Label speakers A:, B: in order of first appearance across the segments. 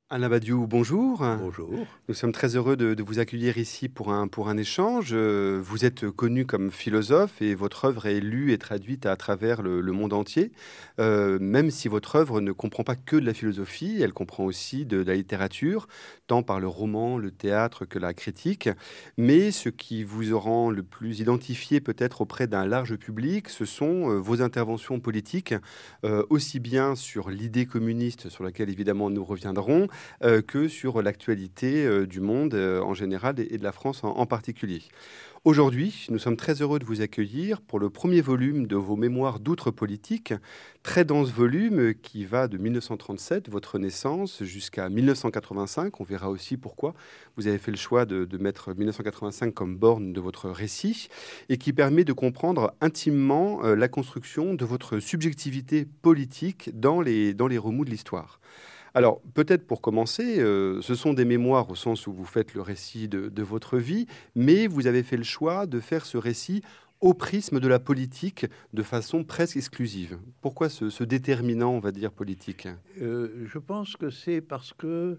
A: Alain Badiou, bonjour.
B: Bonjour.
A: Nous sommes très heureux de vous accueillir ici pour un échange. Vous êtes connu comme philosophe et votre œuvre est lue et traduite à travers le monde entier. Même si votre œuvre ne comprend pas que de la philosophie, elle comprend aussi de la littérature, tant par le roman, le théâtre que la critique. Mais ce qui vous rend le plus identifié peut-être auprès d'un large public, ce sont vos interventions politiques, aussi bien sur l'idée communiste, sur laquelle évidemment nous reviendrons, que sur l'actualité du monde en général et de la France en particulier. Aujourd'hui, nous sommes très heureux de vous accueillir pour le premier volume de vos mémoires d'outre-politique, très dense volume qui va de 1937, votre naissance, jusqu'à 1985. On verra aussi pourquoi vous avez fait le choix de mettre 1985 comme borne de votre récit et qui permet de comprendre intimement la construction de votre subjectivité politique dans les remous de l'histoire. Alors, peut-être pour commencer, ce sont des mémoires au sens où vous faites le récit de votre vie, mais vous avez fait le choix de faire ce récit au prisme de la politique de façon presque exclusive. Pourquoi ce déterminant, on va dire, politique?
B: Je pense que c'est parce que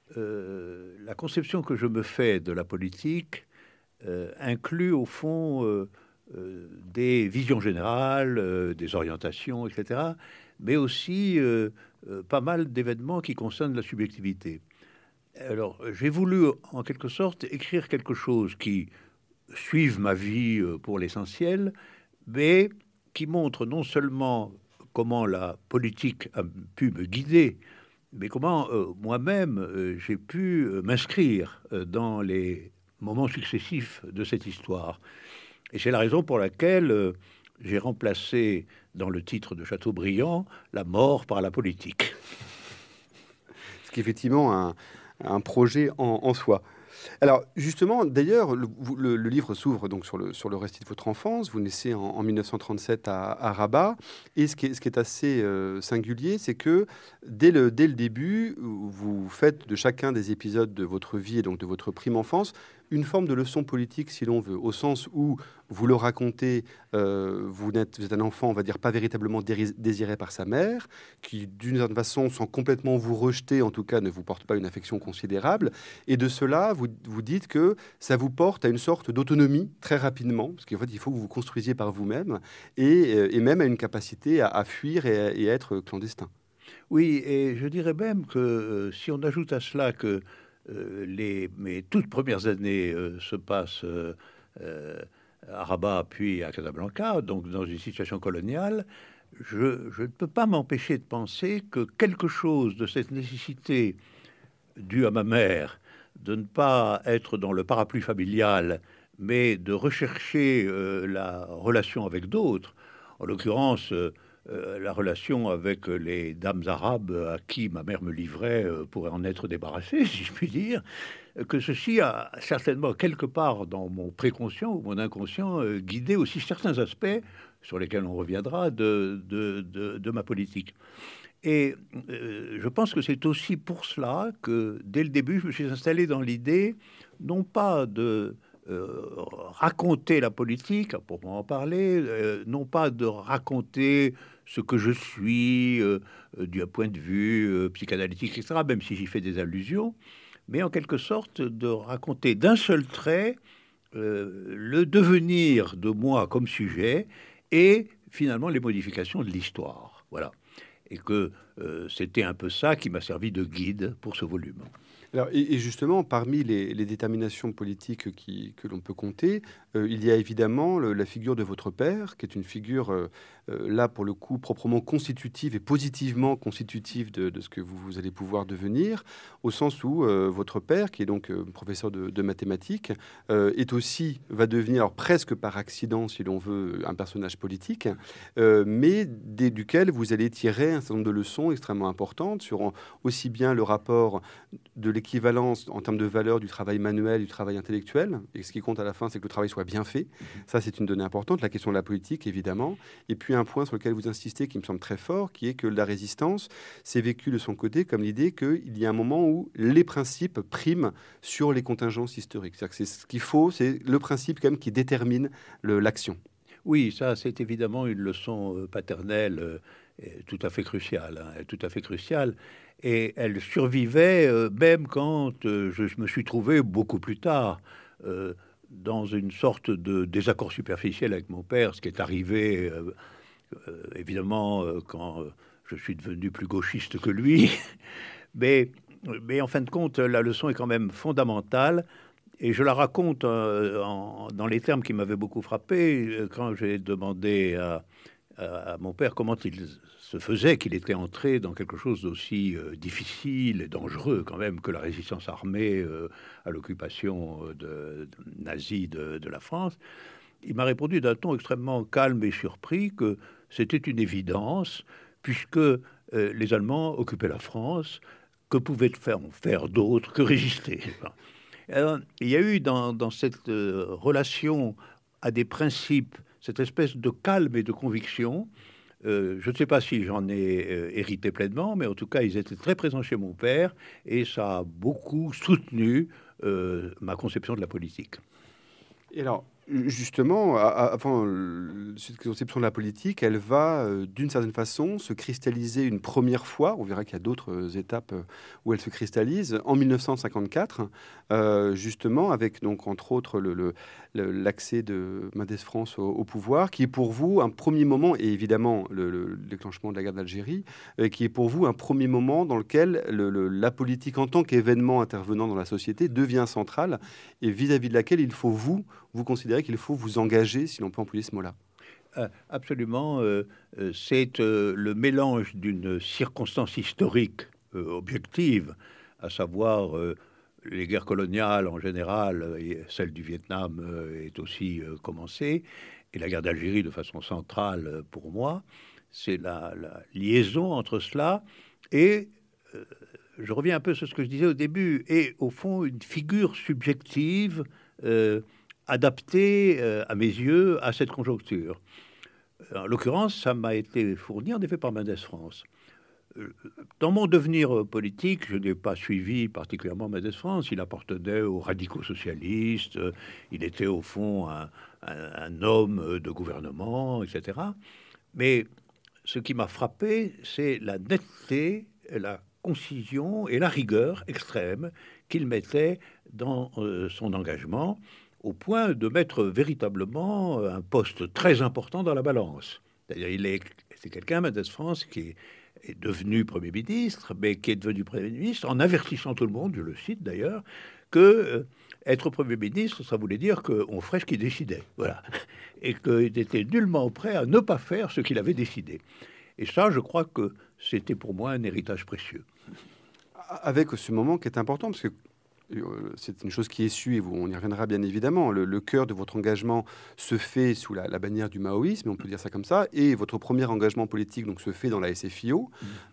B: la conception que je me fais de la politique inclut au fond des visions générales, des orientations, etc., mais aussi pas mal d'événements qui concernent la subjectivité. Alors, j'ai voulu, en quelque sorte, écrire quelque chose qui suive ma vie pour l'essentiel, mais qui montre non seulement comment la politique a pu me guider, mais comment moi-même j'ai pu m'inscrire dans les moments successifs de cette histoire. Et c'est la raison pour laquelle j'ai remplacé dans le titre de Chateaubriand la mort par la politique.
A: Ce qui est effectivement un projet en soi. Alors, justement, d'ailleurs, le livre s'ouvre donc sur le récit de votre enfance. Vous naissez en 1937 à Rabat. Et ce qui est assez singulier, c'est que dès le début, vous faites de chacun des épisodes de votre vie et donc de votre prime enfance une forme de leçon politique, si l'on veut, au sens où vous le racontez, vous êtes un enfant, on va dire, pas véritablement désiré par sa mère, qui, d'une certaine façon, sans complètement vous rejeter, en tout cas, ne vous porte pas une affection considérable. Et de cela, vous dites que ça vous porte à une sorte d'autonomie très rapidement, parce qu'en fait, il faut que vous vous construisiez par vous-même, et même à une capacité à fuir et à être clandestin.
B: Oui, et je dirais même que si on ajoute à cela que mes toutes premières années se passent à Rabat puis à Casablanca, donc dans une situation coloniale, je ne peux pas m'empêcher de penser que quelque chose de cette nécessité due à ma mère de ne pas être dans le parapluie familial, mais de rechercher la relation avec d'autres, en l'occurrence la relation avec les dames arabes à qui ma mère me livrait pourrait en être débarrassée, si je puis dire, que ceci a certainement quelque part dans mon préconscient ou mon inconscient guidé aussi certains aspects sur lesquels on reviendra de ma politique. Et je pense que c'est aussi pour cela que dès le début, je me suis installé dans l'idée non pas de raconter la politique, pour en parler, non pas de raconter ce que je suis du point de vue psychanalytique, etc., même si j'y fais des allusions, mais en quelque sorte de raconter d'un seul trait le devenir de moi comme sujet et finalement les modifications de l'histoire. Voilà. Et que c'était un peu ça qui m'a servi de guide pour ce volume.
A: Alors, et justement, parmi les déterminations politiques que l'on peut compter, il y a évidemment la figure de votre père, qui est une figure, là, pour le coup, proprement constitutive et positivement constitutive de ce que vous allez pouvoir devenir, au sens où votre père, qui est donc professeur de mathématiques, est aussi, va devenir, alors presque par accident, si l'on veut, un personnage politique, mais duquel vous allez tirer un certain nombre de leçons extrêmement importantes sur aussi bien le rapport de l'équivalence en termes de valeur du travail manuel, du travail intellectuel. Et ce qui compte à la fin, c'est que le travail soit bien fait. Ça, c'est une donnée importante. La question de la politique, évidemment. Et puis un point sur lequel vous insistez, qui me semble très fort, qui est que la résistance s'est vécue de son côté comme l'idée qu'il y a un moment où les principes priment sur les contingences historiques. C'est-à-dire que c'est ce qu'il faut, c'est le principe quand même qui détermine l'action.
B: Oui, ça, c'est évidemment une leçon paternelle tout à fait cruciale, hein, tout à fait cruciale. Et elle survivait même quand je me suis trouvé beaucoup plus tard dans une sorte de désaccord superficiel avec mon père, ce qui est arrivé évidemment quand je suis devenu plus gauchiste que lui. mais, mais en fin de compte, la leçon est quand même fondamentale. Et je la raconte dans les termes qui m'avaient beaucoup frappé quand j'ai demandé à mon père comment il se faisait qu'il était entré dans quelque chose d'aussi difficile et dangereux quand même que la résistance armée à l'occupation nazie de la France. Il m'a répondu d'un ton extrêmement calme et surpris que c'était une évidence, puisque les Allemands occupaient la France, que pouvaient faire d'autres que résister. Alors, il y a eu dans cette relation à des principes, cette espèce de calme et de conviction. Je ne sais pas si j'en ai hérité pleinement, mais en tout cas, ils étaient très présents chez mon père et ça a beaucoup soutenu ma conception de la politique.
A: Et alors, justement, avant cette conception de la politique, elle va, d'une certaine façon, se cristalliser une première fois. On verra qu'il y a d'autres étapes où elle se cristallise en 1954, justement, avec donc entre autres l'accès de Mendès France au pouvoir, qui est pour vous un premier moment, et évidemment le déclenchement de la guerre d'Algérie, qui est pour vous un premier moment dans lequel la politique en tant qu'événement intervenant dans la société devient centrale, et vis-à-vis de laquelle il faut vous considérez qu'il faut vous engager, si l'on peut employer ce mot-là?
B: Absolument. C'est le mélange d'une circonstance historique objective, à savoir les guerres coloniales en général, et celle du Vietnam est aussi commencée, et la guerre d'Algérie de façon centrale pour moi. C'est la liaison entre cela et, je reviens un peu sur ce que je disais au début, et au fond une figure subjective adapté à mes yeux à cette conjoncture. En l'occurrence, ça m'a été fourni en effet par Mendès France. Dans mon devenir politique, je n'ai pas suivi particulièrement Mendès France. Il appartenait aux radicaux socialistes, il était au fond un homme de gouvernement, etc. Mais ce qui m'a frappé, c'est la netteté, la concision et la rigueur extrême qu'il mettait dans son engagement, au point de mettre véritablement un poste très important dans la balance. C'est-à-dire, c'est quelqu'un, Mendès France, qui est devenu Premier ministre, mais qui est devenu Premier ministre en avertissant tout le monde, je le cite d'ailleurs, que être Premier ministre, ça voulait dire qu'on ferait ce qu'il décidait. Voilà. Et qu'il était nullement prêt à ne pas faire ce qu'il avait décidé. Et ça, je crois que c'était pour moi un héritage précieux.
A: Avec ce moment qui est important, parce que c'est une chose qui est su, et on y reviendra bien évidemment. Le cœur de votre engagement se fait sous la bannière du maoïsme, on peut dire ça comme ça, et votre premier engagement politique donc se fait dans la SFIO.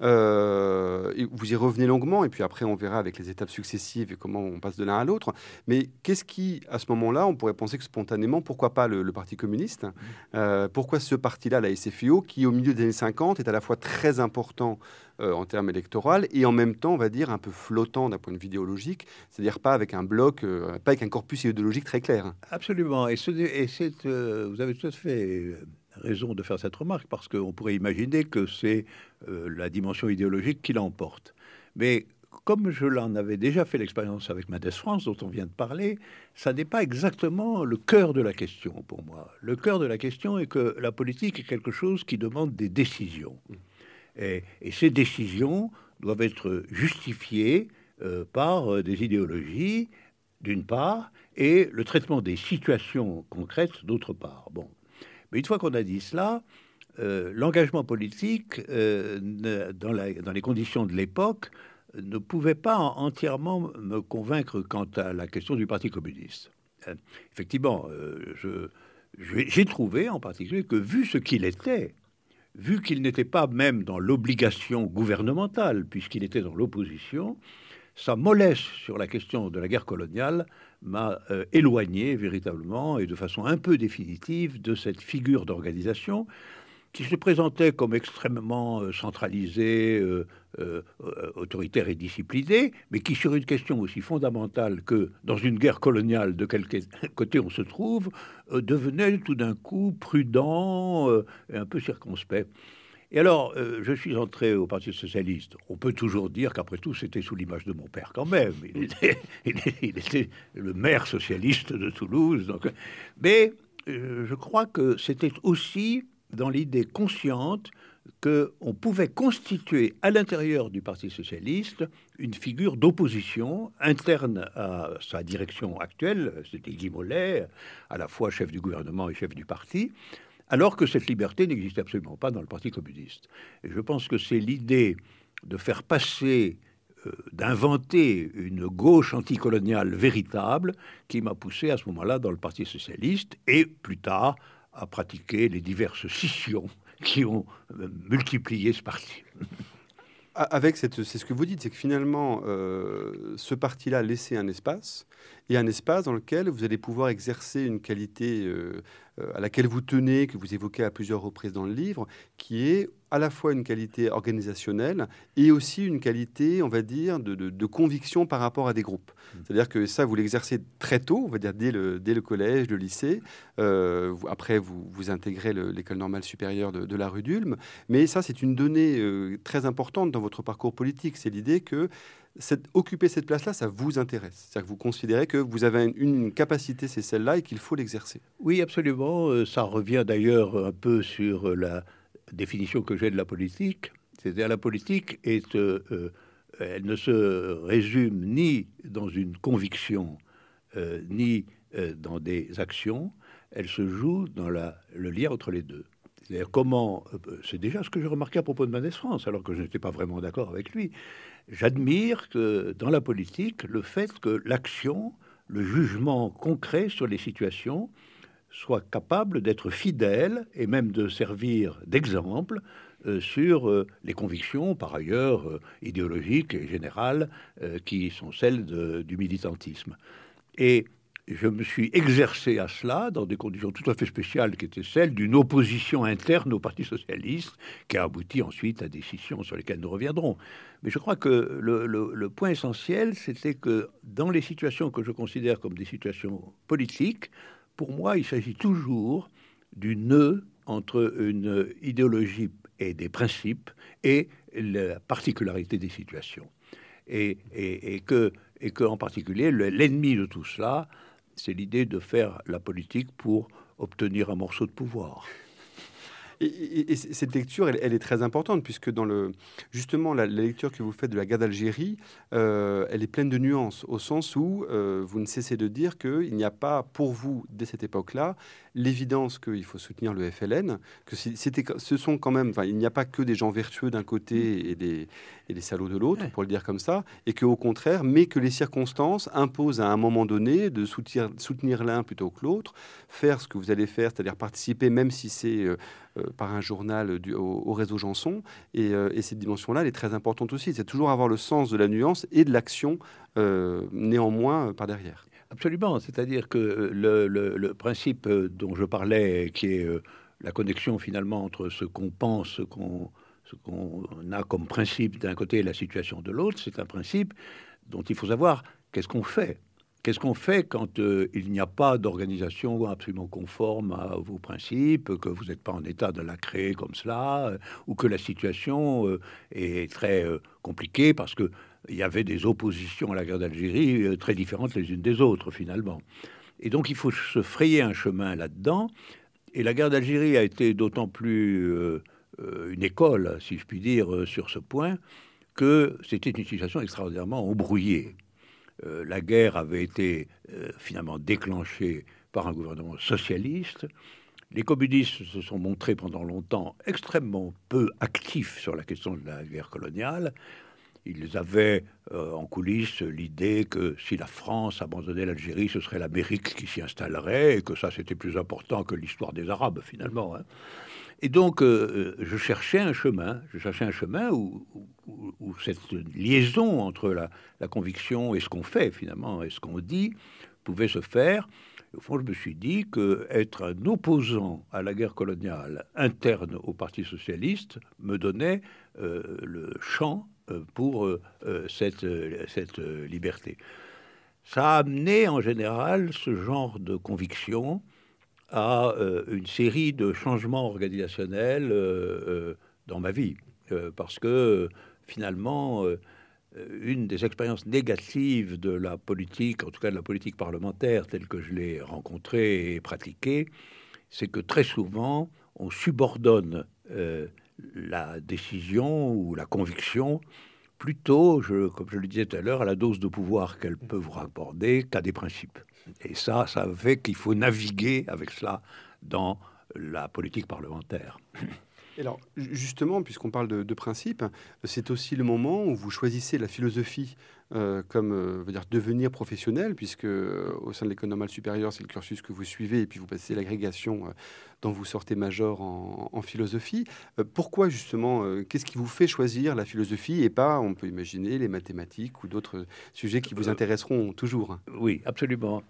A: Et vous y revenez longuement, et puis après on verra avec les étapes successives et comment on passe de l'un à l'autre. Mais qu'est-ce qui, à ce moment-là, on pourrait penser que spontanément, pourquoi pas le Parti communiste, pourquoi ce parti-là, la SFIO, qui au milieu des années 50 est à la fois très important en termes électoraux et en même temps, on va dire, un peu flottant d'un point de vue idéologique, c'est-à-dire pas avec un bloc, pas avec un corpus idéologique très clair.
B: Absolument. Vous avez tout à fait raison de faire cette remarque, parce qu'on pourrait imaginer que c'est la dimension idéologique qui l'emporte. Mais comme je l'en avais déjà fait l'expérience avec Mendès France, dont on vient de parler, ça n'est pas exactement le cœur de la question pour moi. Le cœur de la question est que la politique est quelque chose qui demande des décisions. Et ces décisions doivent être justifiées par des idéologies, d'une part, et le traitement des situations concrètes, d'autre part. Bon. Mais une fois qu'on a dit cela, l'engagement politique, dans les conditions de l'époque, ne pouvait pas entièrement me convaincre quant à la question du Parti communiste. Effectivement, j'ai trouvé en particulier que, vu ce qu'il était, vu qu'il n'était pas même dans l'obligation gouvernementale, puisqu'il était dans l'opposition, sa mollesse sur la question de la guerre coloniale m'a éloigné véritablement et de façon un peu définitive de cette figure d'organisation qui se présentait comme extrêmement centralisée, autoritaire et disciplinée, mais qui, sur une question aussi fondamentale que dans une guerre coloniale de quel côté on se trouve, devenait tout d'un coup prudent et un peu circonspect. Et alors, je suis entré au Parti socialiste. On peut toujours dire qu'après tout, c'était sous l'image de mon père quand même. Il était le maire socialiste de Toulouse. Donc, mais je crois que c'était aussi dans l'idée consciente qu'on pouvait constituer à l'intérieur du Parti socialiste une figure d'opposition interne à sa direction actuelle. C'était Guy Mollet, à la fois chef du gouvernement et chef du parti, alors que cette liberté n'existe absolument pas dans le Parti communiste. Et je pense que c'est l'idée de faire passer, d'inventer une gauche anticoloniale véritable qui m'a poussé à ce moment-là dans le Parti socialiste et plus tard à pratiquer les diverses scissions qui ont multiplié ce parti.
A: Avec c'est ce que vous dites, c'est que finalement, ce parti-là a laissé un espace, et un espace dans lequel vous allez pouvoir exercer une qualité à laquelle vous tenez, que vous évoquez à plusieurs reprises dans le livre, qui est à la fois une qualité organisationnelle et aussi une qualité, on va dire, de conviction par rapport à des groupes. C'est-à-dire que ça, vous l'exercez très tôt, on va dire dès le collège, le lycée. Après, vous intégrez l'école normale supérieure de la rue d'Ulm. Mais ça, c'est une donnée très importante dans votre parcours politique. C'est l'idée que occuper cette place-là, ça vous intéresse. C'est-à-dire que vous considérez que vous avez une capacité, c'est celle-là, et qu'il faut l'exercer.
B: Oui, absolument. Ça revient d'ailleurs un peu sur la définition que j'ai de la politique. C'est-à-dire la politique elle ne se résume ni dans une conviction, ni dans des actions. Elle se joue dans le lien entre les deux. C'est-à-dire c'est déjà ce que j'ai remarqué à propos de Mendès France, alors que je n'étais pas vraiment d'accord avec lui. J'admire que dans la politique, le fait que l'action, le jugement concret sur les situations, soit capable d'être fidèle et même de servir d'exemple sur les convictions, par ailleurs idéologiques et générales, qui sont celles du militantisme. Et je me suis exercé à cela dans des conditions tout à fait spéciales qui étaient celles d'une opposition interne au Parti socialiste qui a abouti ensuite à des scissions sur lesquelles nous reviendrons. Mais je crois que le point essentiel, c'était que dans les situations que je considère comme des situations politiques, pour moi, il s'agit toujours du nœud entre une idéologie et des principes et la particularité des situations. Et que en particulier, l'ennemi de tout cela, c'est l'idée de faire la politique pour obtenir un morceau de pouvoir.
A: Et cette lecture, elle est très importante, puisque justement, la lecture que vous faites de la guerre d'Algérie, elle est pleine de nuances, au sens où vous ne cessez de dire qu'il n'y a pas, pour vous, dès cette époque-là, l'évidence qu'il faut soutenir le FLN, que ce sont quand même, il n'y a pas que des gens vertueux d'un côté et des salauds de l'autre, pour le dire comme ça, et qu'au contraire, mais que les circonstances imposent à un moment donné de soutenir l'un plutôt que l'autre, faire ce que vous allez faire, c'est-à-dire participer, même si c'est par un journal au réseau Janson, et cette dimension-là, elle est très importante aussi. C'est toujours avoir le sens de la nuance et de l'action, néanmoins, par derrière.
B: Absolument, c'est-à-dire que le principe dont je parlais, qui est la connexion finalement entre ce qu'on pense, ce qu'on a comme principe d'un côté et la situation de l'autre, c'est un principe dont il faut savoir qu'est-ce qu'on fait. Qu'est-ce qu'on fait quand il n'y a pas d'organisation absolument conforme à vos principes, que vous n'êtes pas en état de la créer comme cela, ou que la situation est très compliquée parce que il y avait des oppositions à la guerre d'Algérie très différentes les unes des autres, finalement. Et donc, il faut se frayer un chemin là-dedans. Et la guerre d'Algérie a été d'autant plus une école, si je puis dire, sur ce point, que c'était une situation extraordinairement embrouillée. La guerre avait été finalement déclenchée par un gouvernement socialiste. Les communistes se sont montrés pendant longtemps extrêmement peu actifs sur la question de la guerre coloniale. Ils avaient en coulisses l'idée que si la France abandonnait l'Algérie, ce serait l'Amérique qui s'y installerait et que ça, c'était plus important que l'histoire des Arabes, finalement. Hein. Et donc, je cherchais un chemin où cette liaison entre la conviction et ce qu'on fait, finalement, et ce qu'on dit, pouvait se faire. Au fond, je me suis dit qu'être un opposant à la guerre coloniale interne au Parti socialiste me donnait le champ pour cette liberté. Ça a amené en général ce genre de conviction à une série de changements organisationnels dans ma vie, parce que finalement, une des expériences négatives de la politique, en tout cas de la politique parlementaire telle que je l'ai rencontrée et pratiquée, c'est que très souvent, on subordonne la décision ou la conviction plutôt, comme je le disais tout à l'heure, à la dose de pouvoir qu'elle peut vous rapporter qu'à des principes. Et ça fait qu'il faut naviguer avec cela dans la politique parlementaire.
A: Et alors, justement, puisqu'on parle de principe, c'est aussi le moment où vous choisissez la philosophie comme veut dire devenir professionnel, puisque au sein de l'école normale supérieure, c'est le cursus que vous suivez, et puis vous passez l'agrégation dont vous sortez major en philosophie. Pourquoi justement, qu'est-ce qui vous fait choisir la philosophie et pas, on peut imaginer, les mathématiques ou d'autres sujets qui vous intéresseront toujours?
B: Oui, absolument.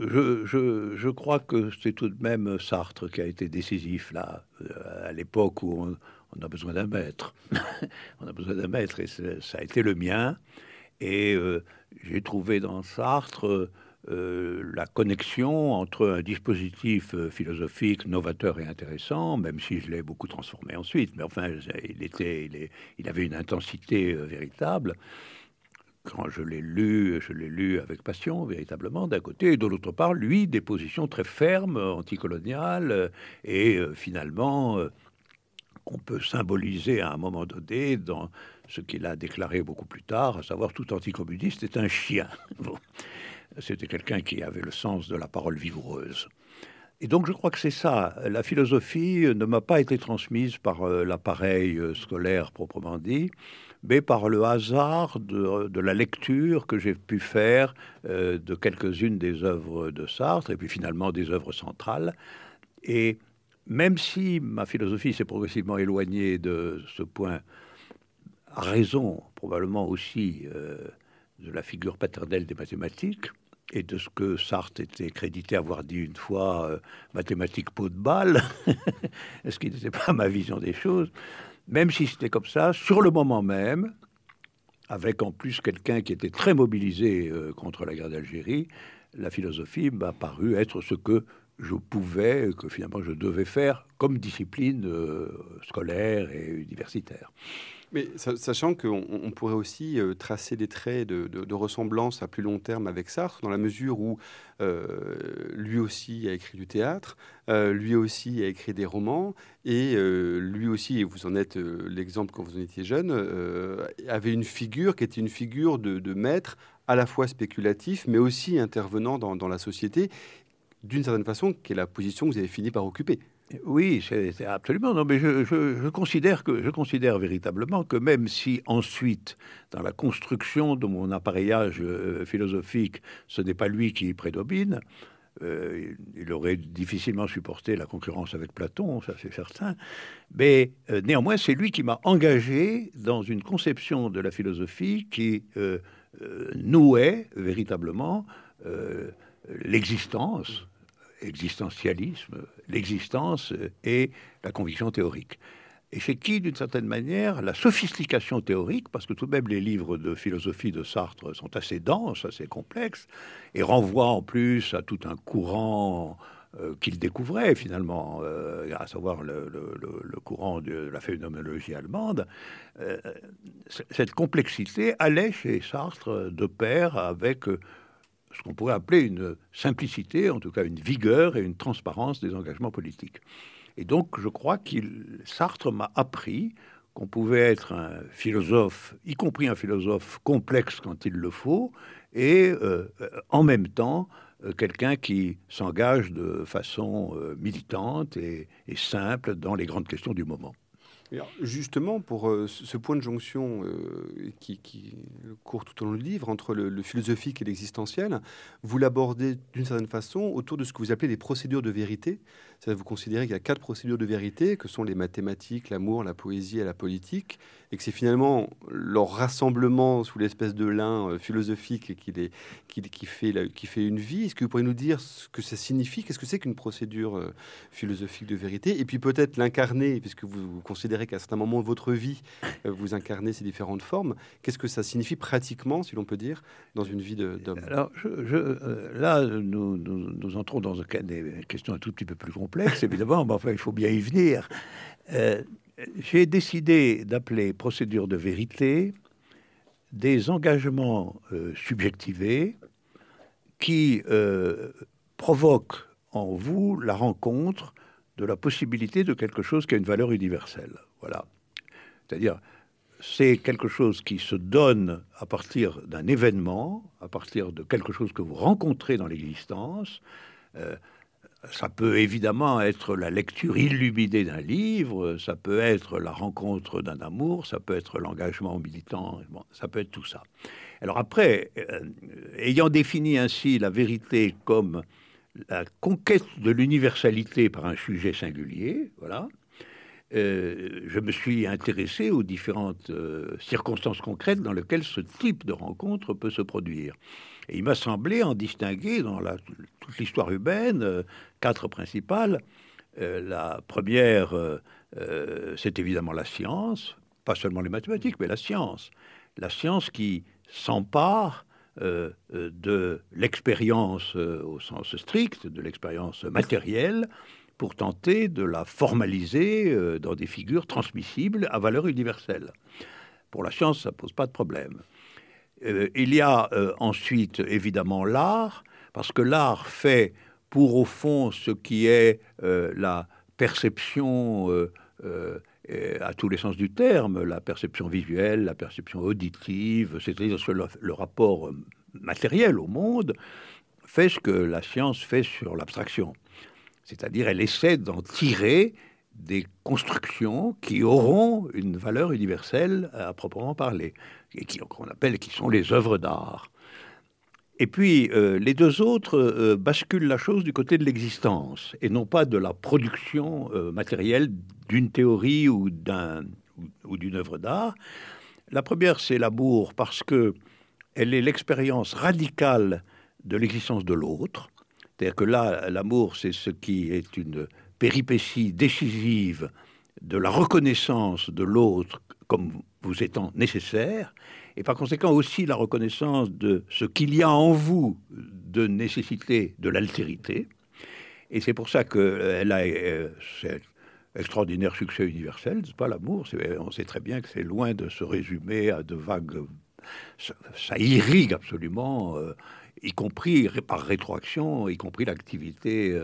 B: Je crois que c'est tout de même Sartre qui a été décisif là, à l'époque où on a besoin d'un maître. On a besoin d'un maître et ça a été le mien. Et j'ai trouvé dans Sartre la connexion entre un dispositif philosophique novateur et intéressant, même si je l'ai beaucoup transformé ensuite. Mais enfin, il avait une intensité véritable. Quand je l'ai lu avec passion, véritablement, d'un côté, et de l'autre part, lui, des positions très fermes, anticoloniales, et finalement, qu'on peut symboliser à un moment donné dans ce qu'il a déclaré beaucoup plus tard, à savoir tout anticommuniste est un chien. Bon. C'était quelqu'un qui avait le sens de la parole vigoureuse. Et donc je crois que c'est ça. La philosophie ne m'a pas été transmise par l'appareil scolaire proprement dit, mais par le hasard de la lecture que j'ai pu faire de quelques-unes des œuvres de Sartre, et puis finalement des œuvres centrales. Et même si ma philosophie s'est progressivement éloignée de ce point, à raison probablement aussi de la figure paternelle des mathématiques, et de ce que Sartre était crédité avoir dit une fois, mathématiques peau de balle, ce qui n'était pas ma vision des choses, même si c'était comme ça, sur le moment même, avec en plus quelqu'un qui était très mobilisé contre la guerre d'Algérie, la philosophie m'a paru être ce que je pouvais, que finalement je devais faire comme discipline scolaire et universitaire.
A: Mais sachant qu'on pourrait aussi tracer des traits de ressemblance à plus long terme avec Sartre, dans la mesure où lui aussi a écrit du théâtre, lui aussi a écrit des romans, et lui aussi, et vous en êtes l'exemple quand vous en étiez jeune, avait une figure qui était une figure de maître à la fois spéculatif, mais aussi intervenant dans la société, d'une certaine façon, qui est la position que vous avez fini par occuper.
B: Oui, c'est absolument. Non, mais je considère véritablement que même si ensuite, dans la construction de mon appareillage philosophique, ce n'est pas lui qui prédomine, il aurait difficilement supporté la concurrence avec Platon, ça c'est certain. Mais néanmoins, c'est lui qui m'a engagé dans une conception de la philosophie qui nouait véritablement l'existence, existentialisme, l'existence et la conviction théorique. Et chez qui, d'une certaine manière, la sophistication théorique, parce que tout de même les livres de philosophie de Sartre sont assez denses, assez complexes, et renvoient en plus à tout un courant qu'il découvrait finalement, à savoir le courant de la phénoménologie allemande, cette complexité allait chez Sartre de pair avec ce qu'on pourrait appeler une simplicité, en tout cas une vigueur et une transparence des engagements politiques. Et donc, je crois Sartre m'a appris qu'on pouvait être un philosophe, y compris un philosophe complexe quand il le faut, et en même temps, quelqu'un qui s'engage de façon militante et simple dans les grandes questions du moment.
A: Alors, justement, pour ce point de jonction qui court tout au long du livre entre le philosophique et l'existentiel, vous l'abordez d'une certaine façon autour de ce que vous appelez les procédures de vérité. C'est-à-dire vous considérez qu'il y a 4 procédures de vérité, que sont les mathématiques, l'amour, la poésie et la politique, et que c'est finalement leur rassemblement sous l'espèce de lin philosophique qui fait une vie. Est-ce que vous pourriez nous dire ce que ça signifie? Qu'est-ce que c'est qu'une procédure philosophique de vérité? Et puis peut-être l'incarner, puisque vous considérez qu'à certains moments de votre vie, vous incarnez ces différentes formes. Qu'est-ce que ça signifie pratiquement, si l'on peut dire, dans une vie d'homme?
B: Alors, là, nous entrons dans des questions un tout petit peu plus complexes, évidemment, mais enfin, il faut bien y venir. J'ai décidé d'appeler procédure de vérité des engagements subjectivés qui provoquent en vous la rencontre de la possibilité de quelque chose qui a une valeur universelle. Voilà. C'est-à-dire, c'est quelque chose qui se donne à partir d'un événement, à partir de quelque chose que vous rencontrez dans l'existence. Ça peut évidemment être la lecture illuminée d'un livre, ça peut être la rencontre d'un amour, ça peut être l'engagement militant, bon, ça peut être tout ça. Alors après, ayant défini ainsi la vérité comme la conquête de l'universalité par un sujet singulier, voilà, je me suis intéressé aux différentes circonstances concrètes dans lesquelles ce type de rencontre peut se produire. Et il m'a semblé en distinguer dans toute l'histoire humaine 4 principales. La première, c'est évidemment la science, pas seulement les mathématiques, mais la science. La science qui s'empare de l'expérience au sens strict, de l'expérience matérielle, pour tenter de la formaliser dans des figures transmissibles à valeur universelle. Pour la science, ça ne pose pas de problème. Il y a ensuite, évidemment, l'art, parce que l'art fait, pour au fond, ce qui est la perception à tous les sens du terme, la perception visuelle, la perception auditive, c'est-à-dire le rapport matériel au monde, fait ce que la science fait sur l'abstraction. C'est-à-dire, elle essaie d'en tirer des constructions qui auront une valeur universelle à proprement parler, et qu'on appelle, qui sont les œuvres d'art. Et puis, les deux autres basculent la chose du côté de l'existence, et non pas de la production matérielle d'une théorie ou d'une œuvre d'art. La première, c'est l'amour, parce que elle est l'expérience radicale de l'existence de l'autre. C'est-à-dire que là, l'amour, c'est ce qui est une péripétie décisive de la reconnaissance de l'autre comme vous étant nécessaire, et par conséquent aussi la reconnaissance de ce qu'il y a en vous de nécessité de l'altérité. Et c'est pour ça qu'elle a cet extraordinaire succès universel, c'est pas l'amour, on sait très bien que c'est loin de se résumer à de vagues... Ça irrigue absolument... y compris par rétroaction, y compris l'activité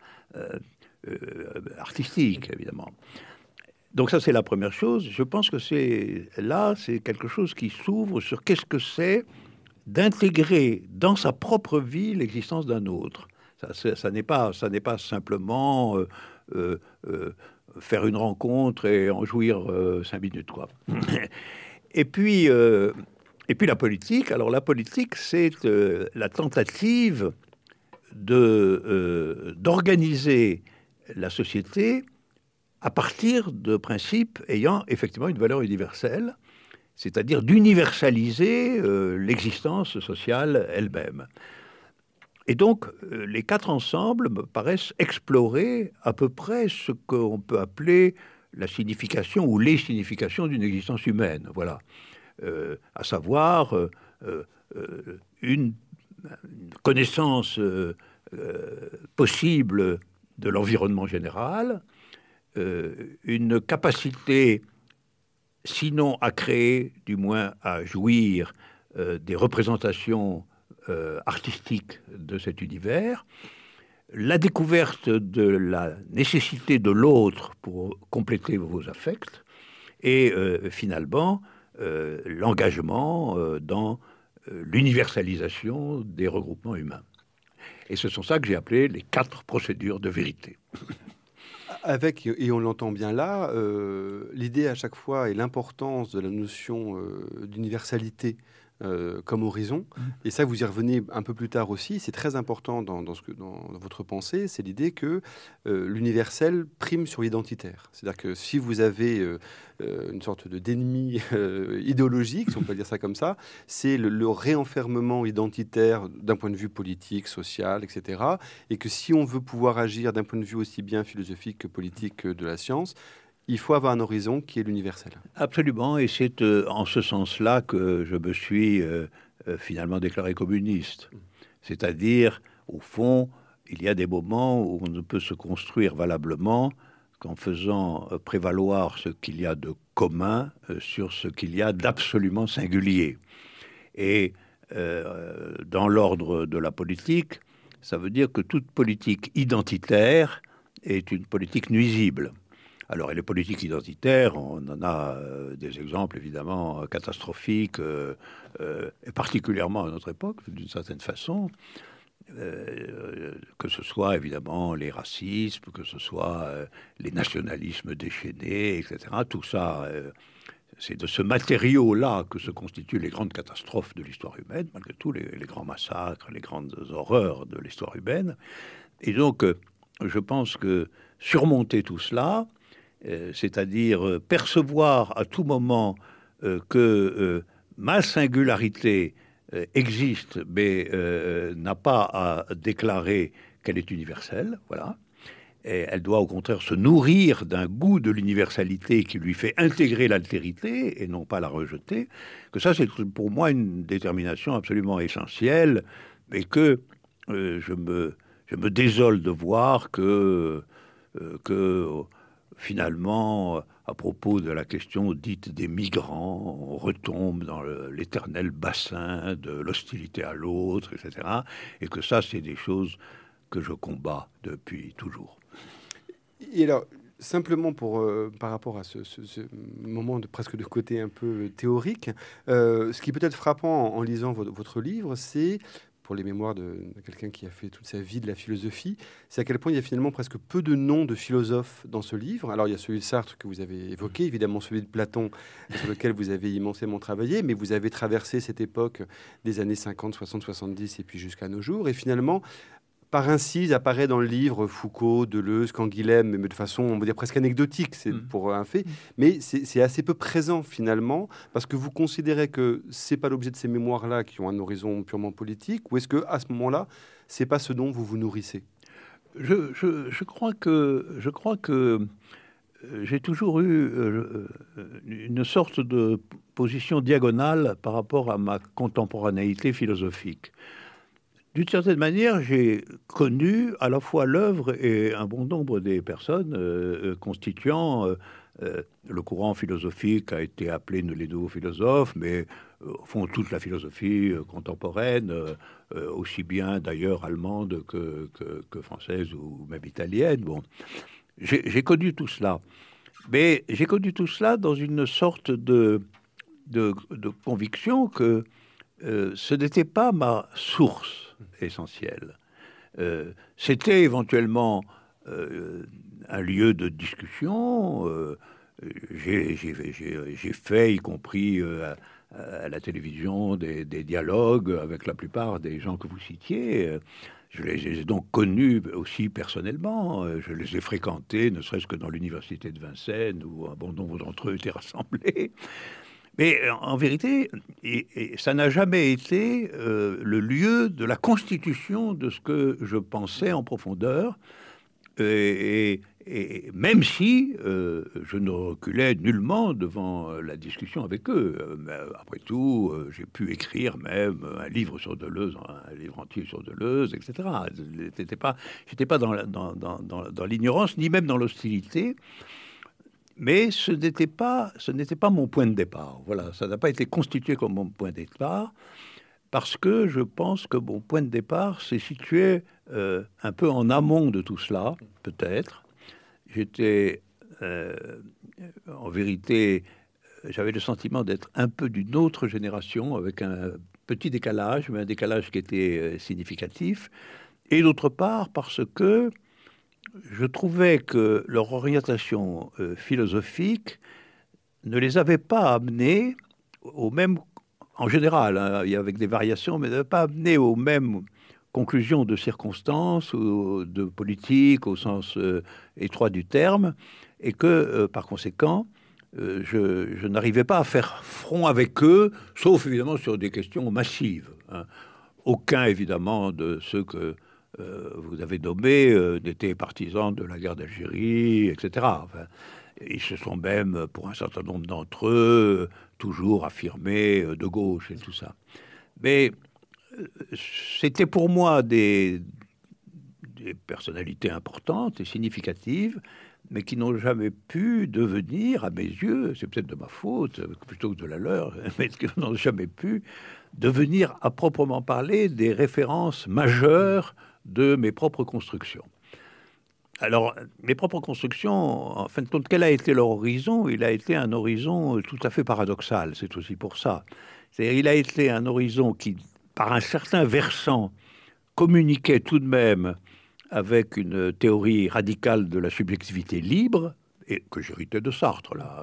B: artistique, évidemment. Donc ça, c'est la première chose. Je pense que c'est quelque chose qui s'ouvre sur qu'est-ce que c'est d'intégrer dans sa propre vie l'existence d'un autre. Ça n'est pas simplement faire une rencontre et en jouir 5 minutes, quoi. Et puis la politique. Alors la politique, c'est la tentative d'organiser la société à partir de principes ayant effectivement une valeur universelle, c'est-à-dire d'universaliser l'existence sociale elle-même. Et donc, les 4 ensembles me paraissent explorer à peu près ce qu'on peut appeler la signification ou les significations d'une existence humaine. Voilà. À savoir une connaissance possible de l'environnement général, une capacité, sinon à créer, du moins à jouir des représentations artistiques de cet univers, la découverte de la nécessité de l'autre pour compléter vos affects, et finalement l'engagement dans l'universalisation des regroupements humains. Et ce sont ça que j'ai appelé les 4 procédures de vérité.
A: Avec, et on l'entend bien là, l'idée à chaque fois et l'importance de la notion d'universalité comme horizon. Et ça, vous y revenez un peu plus tard aussi. C'est très important dans votre pensée. C'est l'idée que l'universel prime sur l'identitaire. C'est-à-dire que si vous avez une sorte d'ennemi idéologique, si on peut dire ça comme ça, c'est le réenfermement identitaire d'un point de vue politique, social, etc. Et que si on veut pouvoir agir d'un point de vue aussi bien philosophique que politique que de la science, il faut avoir un horizon qui est l'universel.
B: Absolument, et c'est en ce sens-là que je me suis finalement déclaré communiste. C'est-à-dire, au fond, il y a des moments où on ne peut se construire valablement qu'en faisant prévaloir ce qu'il y a de commun sur ce qu'il y a d'absolument singulier. Et dans l'ordre de la politique, ça veut dire que toute politique identitaire est une politique nuisible. Alors, et les politiques identitaires, on en a des exemples évidemment catastrophiques, et particulièrement à notre époque, d'une certaine façon, que ce soit évidemment les racismes, que ce soit les nationalismes déchaînés, etc. Tout ça, c'est de ce matériau-là que se constituent les grandes catastrophes de l'histoire humaine, malgré tout, les grands massacres, les grandes horreurs de l'histoire humaine. Et donc, je pense que surmonter tout cela, c'est-à-dire percevoir à tout moment que ma singularité existe, mais n'a pas à déclarer qu'elle est universelle, voilà. Et elle doit au contraire se nourrir d'un goût de l'universalité qui lui fait intégrer l'altérité et non pas la rejeter, que ça c'est pour moi une détermination absolument essentielle, mais que je me désole de voir que finalement, à propos de la question dite des migrants, on retombe dans l'éternel bassin de l'hostilité à l'autre, etc. Et que ça, c'est des choses que je combats depuis toujours.
A: Et alors, simplement par rapport à ce moment presque de côté un peu théorique, ce qui peut être frappant en lisant votre livre, c'est, pour les mémoires de quelqu'un qui a fait toute sa vie de la philosophie, c'est à quel point il y a finalement presque peu de noms de philosophes dans ce livre. Alors, il y a celui de Sartre que vous avez évoqué, évidemment celui de Platon, sur lequel vous avez immensément travaillé, mais vous avez traversé cette époque des années 50, 60, 70 et puis jusqu'à nos jours. Et finalement, par incise, apparaît dans le livre Foucault, Deleuze, Canguilhem, mais de façon, on va dire, presque anecdotique, c'est pour un fait, mais c'est assez peu présent finalement, parce que vous considérez que c'est pas l'objet de ces mémoires-là qui ont un horizon purement politique, ou est-ce que à ce moment-là, c'est pas ce dont vous vous nourrissez?
B: Je crois que j'ai toujours eu une sorte de position diagonale par rapport à ma contemporanéité philosophique. D'une certaine manière, j'ai connu à la fois l'œuvre et un bon nombre des personnes constituant le courant philosophique a été appelé les néo-philosophes, mais au fond toute la philosophie contemporaine, aussi bien d'ailleurs allemande que française ou même italienne. Bon, j'ai connu tout cela, mais j'ai connu tout cela dans une sorte de conviction que ce n'était pas ma source essentielle. C'était éventuellement un lieu de discussion. J'ai fait, y compris à la télévision, des dialogues avec la plupart des gens que vous citiez. Je les ai donc connus aussi personnellement. Je les ai fréquentés, ne serait-ce que dans l'université de Vincennes, où un bon nombre d'entre eux étaient rassemblés. Mais en vérité, et ça n'a jamais été le lieu de la constitution de ce que je pensais en profondeur, et même si je ne reculais nullement devant la discussion avec eux. Après tout, j'ai pu écrire même un livre sur Deleuze, un livre entier sur Deleuze, etc. J'étais pas dans l'ignorance, ni même dans l'hostilité. Mais ce n'était pas mon point de départ. Voilà, ça n'a pas été constitué comme mon point de départ, parce que je pense que mon point de départ s'est situé un peu en amont de tout cela, peut-être. J'étais, en vérité, j'avais le sentiment d'être un peu d'une autre génération, avec un petit décalage, mais un décalage qui était significatif. Et d'autre part, parce que je trouvais que leur orientation philosophique ne les avait pas amenés au même, en général, hein, avec des variations, mais n'avait pas amené aux mêmes conclusions de circonstances ou de politique au sens étroit du terme, et que par conséquent, je n'arrivais pas à faire front avec eux, sauf évidemment sur des questions massives, hein. Aucun évidemment de ceux que vous avez nommé n'étaient partisans de la guerre d'Algérie, etc. Enfin, ils se sont même, pour un certain nombre d'entre eux, toujours affirmés de gauche et tout ça. Mais c'était pour moi des personnalités importantes et significatives, mais qui n'ont jamais pu devenir, à mes yeux, c'est peut-être de ma faute plutôt que de la leur, mais qui n'ont jamais pu devenir à proprement parler des références majeures de mes propres constructions. Alors, mes propres constructions, en fin de compte, quel a été leur horizon? Il a été un horizon tout à fait paradoxal, c'est aussi pour ça. C'est-à-dire, il a été un horizon qui, par un certain versant, communiquait tout de même avec une théorie radicale de la subjectivité libre, et que j'héritais de Sartre, là,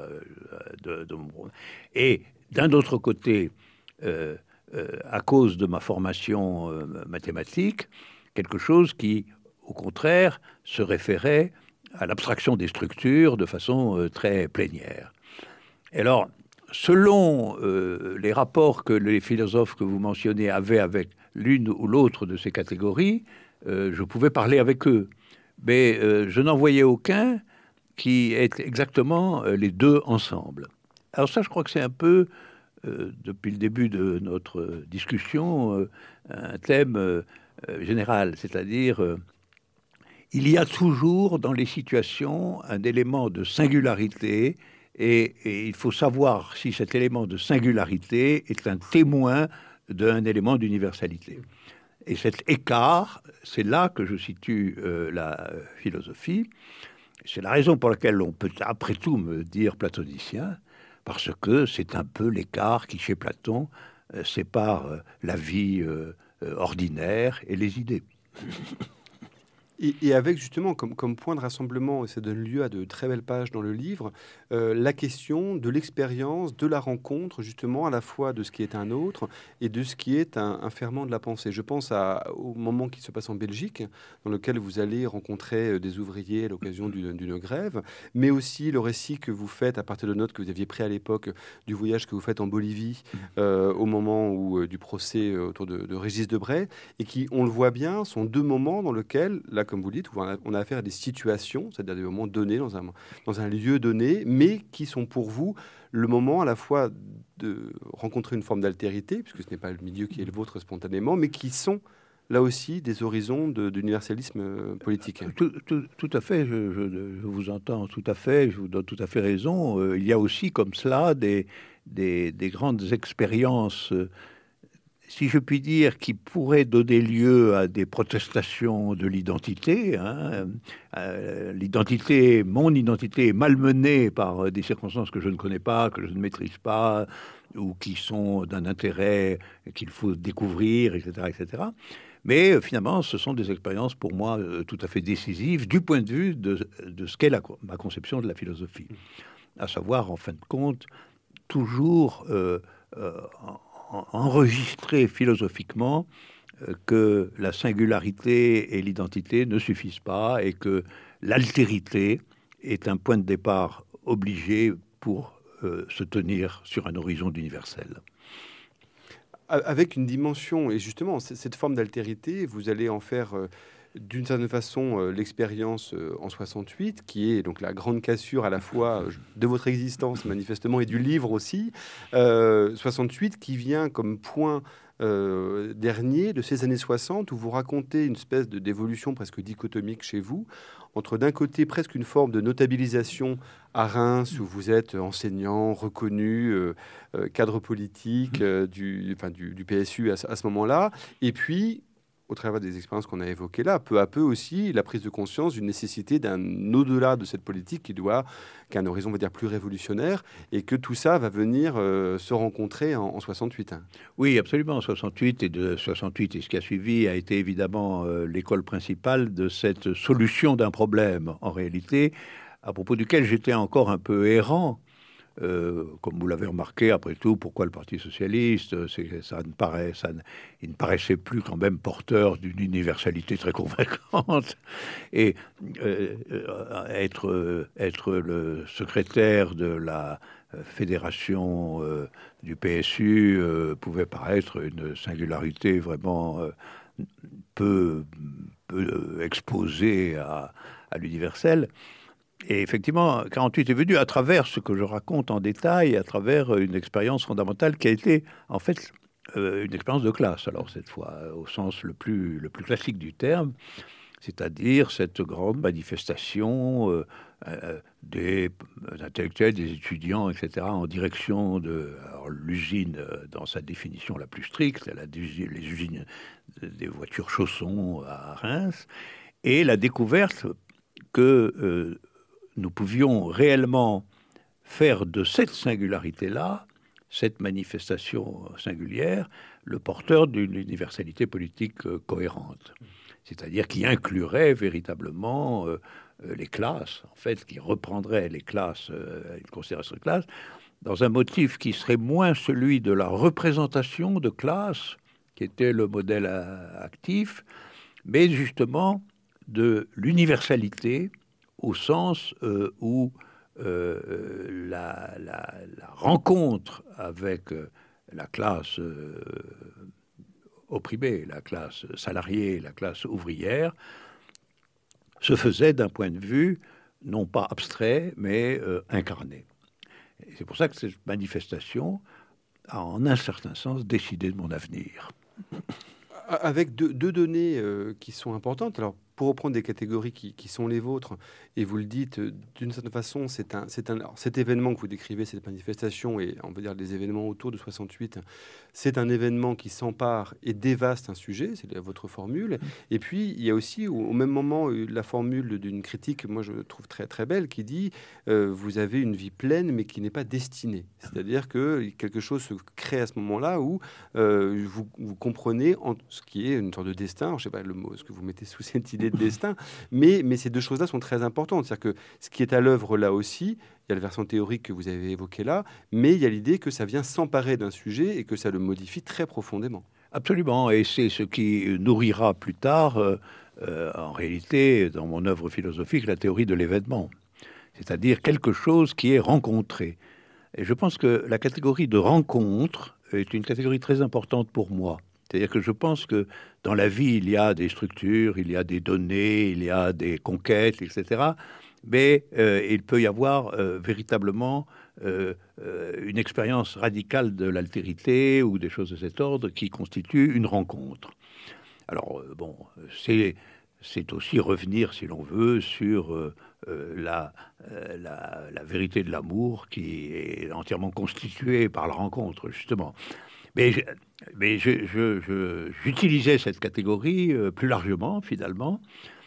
B: et d'un autre côté, à cause de ma formation mathématique, quelque chose qui, au contraire, se référait à l'abstraction des structures de façon très plénière. Et alors, selon les rapports que les philosophes que vous mentionnez avaient avec l'une ou l'autre de ces catégories, je pouvais parler avec eux. Mais je n'en voyais aucun qui est exactement les deux ensemble. Alors ça, je crois que c'est un peu, depuis le début de notre discussion, un thème général, c'est-à-dire il y a toujours dans les situations un élément de singularité et il faut savoir si cet élément de singularité est un témoin d'un élément d'universalité. Et cet écart, c'est là que je situe la philosophie. C'est la raison pour laquelle on peut, après tout, me dire platonicien, parce que c'est un peu l'écart qui, chez Platon, sépare la vie ordinaire et les idées.
A: Et avec justement comme point de rassemblement, et ça donne lieu à de très belles pages dans le livre, la question de l'expérience, de la rencontre, justement, à la fois de ce qui est un autre et de ce qui est un ferment de la pensée. Je pense au moment qui se passe en Belgique, dans lequel vous allez rencontrer des ouvriers à l'occasion d'une grève, mais aussi le récit que vous faites à partir de notes que vous aviez pris à l'époque du voyage que vous faites en Bolivie au moment du procès autour de Régis Debray, et qui, on le voit bien, sont deux moments dans lesquels comme vous dites, où on a affaire à des situations, c'est-à-dire des moments donnés dans un lieu donné, mais qui sont pour vous le moment à la fois de rencontrer une forme d'altérité, puisque ce n'est pas le milieu qui est le vôtre spontanément, mais qui sont là aussi des horizons d'universalisme politique.
B: Tout à fait, je vous entends tout à fait, je vous donne tout à fait raison. Il y a aussi comme cela des grandes expériences si je puis dire, qui pourrait donner lieu à des protestations de l'identité. L'identité, mon identité est malmenée par des circonstances que je ne connais pas, que je ne maîtrise pas, ou qui sont d'un intérêt qu'il faut découvrir, etc., etc. Mais finalement, ce sont des expériences pour moi tout à fait décisives du point de vue de ce qu'est ma conception de la philosophie. À savoir, en fin de compte, toujours enregistrer philosophiquement que la singularité et l'identité ne suffisent pas et que l'altérité est un point de départ obligé pour se tenir sur un horizon d'universel.
A: Avec une dimension, et justement, cette forme d'altérité, vous allez en faire d'une certaine façon l'expérience en 68, qui est donc la grande cassure à la fois de votre existence manifestement et du livre aussi. 68 qui vient comme point dernier de ces années 60 où vous racontez une espèce d'évolution presque dichotomique chez vous, entre d'un côté presque une forme de notabilisation à Reims où vous êtes enseignant, reconnu, cadre politique du PSU à ce moment-là, et puis au travers des expériences qu'on a évoquées là, peu à peu aussi, la prise de conscience d'une nécessité d'un au-delà de cette politique qui a un horizon, on va dire, plus révolutionnaire, et que tout ça va venir se rencontrer en 68.
B: Oui, absolument. 68 et ce qui a suivi a été évidemment l'école principale de cette solution d'un problème, en réalité, à propos duquel j'étais encore un peu errant. Comme vous l'avez remarqué, après tout, pourquoi le Parti socialiste il ne paraissait plus quand même porteur d'une universalité très convaincante. Et être le secrétaire de la fédération du PSU pouvait paraître une singularité vraiment peu exposée à l'universel. Et effectivement, 48 est venu à travers ce que je raconte en détail, à travers une expérience fondamentale qui a été, en fait, une expérience de classe, alors cette fois, au sens le plus classique du terme. c'est-à-dire cette grande manifestation des intellectuels, des étudiants, etc., en direction de l'usine, dans sa définition la plus stricte, les usines des voitures chaussons à Reims, et la découverte que nous pouvions réellement faire de cette singularité-là, cette manifestation singulière, le porteur d'une universalité politique cohérente, c'est-à-dire qui inclurait véritablement les classes, en fait, qui reprendrait les classes, une considération de classe, dans un motif qui serait moins celui de la représentation de classe, qui était le modèle actif, mais justement de l'universalité, au sens où la rencontre avec la classe opprimée, la classe salariée, la classe ouvrière, se faisait d'un point de vue non pas abstrait, mais incarné. Et c'est pour ça que cette manifestation a, en un certain sens, décidé de mon avenir.
A: Avec deux données qui sont importantes. Alors, pour reprendre des catégories qui sont les vôtres, et vous le dites, d'une certaine façon, alors, cet événement que vous décrivez, cette manifestation, et on peut dire les événements autour de 68, c'est un événement qui s'empare et dévaste un sujet, c'est votre formule. Et puis, il y a aussi, au même moment, la formule d'une critique, moi je trouve très, très belle, qui dit vous avez une vie pleine, mais qui n'est pas destinée. C'est-à-dire que quelque chose se crée à ce moment-là où vous comprenez ce qui est une sorte de destin. Alors, je ne sais pas le mot, ce que vous mettez sous cette idée de destin, mais ces deux choses-là sont très importantes. C'est-à-dire que ce qui est à l'œuvre là aussi, il y a le versant théorique que vous avez évoqué là, mais il y a l'idée que ça vient s'emparer d'un sujet et que ça le modifie très profondément.
B: Absolument, et c'est ce qui nourrira plus tard, en réalité, dans mon œuvre philosophique, la théorie de l'événement, c'est-à-dire quelque chose qui est rencontré. Et je pense que la catégorie de rencontre est une catégorie très importante pour moi. C'est-à-dire que je pense que dans la vie, il y a des structures, il y a des données, il y a des conquêtes, etc. Mais il peut y avoir véritablement une expérience radicale de l'altérité ou des choses de cet ordre qui constituent une rencontre. Alors, bon, c'est aussi revenir, si l'on veut, sur la vérité de l'amour qui est entièrement constituée par la rencontre, justement. Mais j'utilisais cette catégorie plus largement, finalement,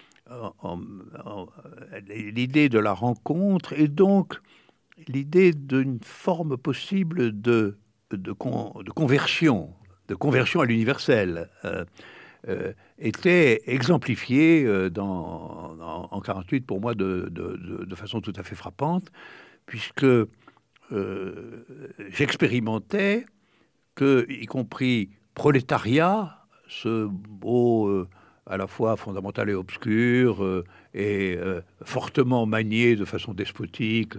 B: l'idée de la rencontre et donc l'idée d'une forme possible de conversion à l'universel était exemplifiée en 48 pour moi de façon tout à fait frappante, puisque j'expérimentais que, y compris prolétariat, ce mot à la fois fondamental et obscur, et fortement manié de façon despotique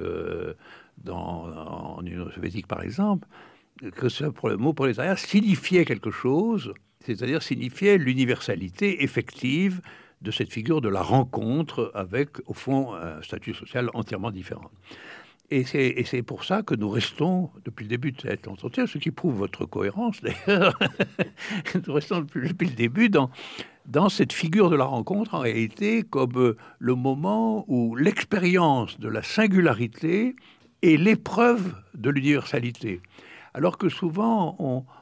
B: en Union soviétique, par exemple, que le mot prolétariat signifiait quelque chose, c'est-à-dire signifiait l'universalité effective de cette figure de la rencontre avec, au fond, un statut social entièrement différent. Et c'est pour ça que nous restons, depuis le début de cet entretien, ce qui prouve votre cohérence d'ailleurs, nous restons depuis le début dans cette figure de la rencontre, en réalité, comme le moment où l'expérience de la singularité est l'épreuve de l'universalité. Alors que souvent,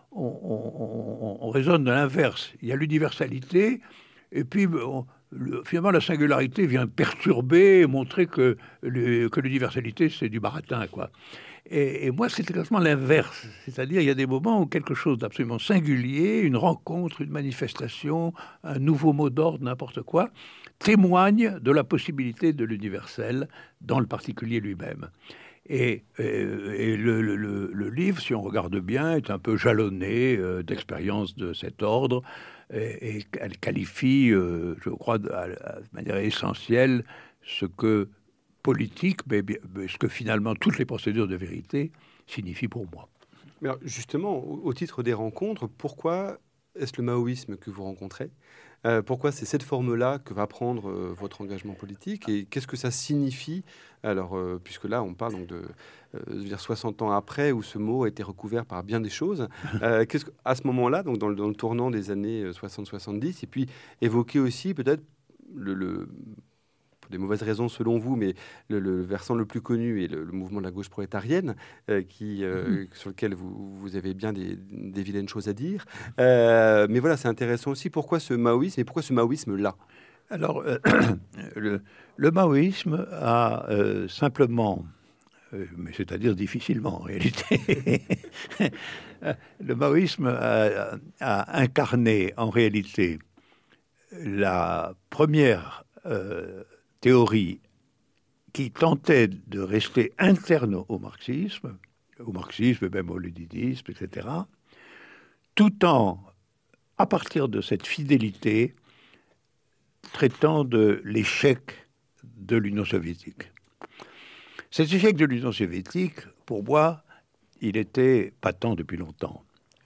B: on raisonne de l'inverse. Il y a l'universalité, et puis finalement, la singularité vient perturber, montrer que l'universalité, c'est du baratin, quoi. Et moi, c'est exactement l'inverse. C'est-à-dire, il y a des moments où quelque chose d'absolument singulier, une rencontre, une manifestation, un nouveau mot d'ordre, n'importe quoi, témoigne de la possibilité de l'universel dans le particulier lui-même. Et le livre, si on regarde bien, est un peu jalonné d'expériences de cet ordre, et elle qualifie, je crois, de manière essentielle, ce que politique, mais ce que finalement toutes les procédures de vérité signifient pour moi.
A: Mais alors, justement, au titre des rencontres, pourquoi est-ce le maoïsme que vous rencontrez ? Pourquoi c'est cette forme-là que va prendre votre engagement politique, et qu'est-ce que ça signifie? Alors, puisque là, on parle donc de 60 ans après, où ce mot a été recouvert par bien des choses. À ce moment-là, donc dans le tournant des années 60-70, et puis évoquer aussi peut-être pour des mauvaises raisons selon vous, mais le versant le plus connu est le mouvement de la gauche prolétarienne, sur lequel vous avez bien des vilaines choses à dire. Mais voilà, c'est intéressant aussi. Pourquoi ce maoïsme et pourquoi ce maoïsme-là?
B: Alors, le maoïsme a simplement, mais c'est-à-dire difficilement en réalité, le maoïsme a incarné en réalité la première théorie qui tentait de rester interne au marxisme et même au léninisme, etc., tout en, à partir de cette fidélité, traitant de l'échec de l'Union soviétique. Cet échec de l'Union soviétique, pour moi, il était patent depuis longtemps.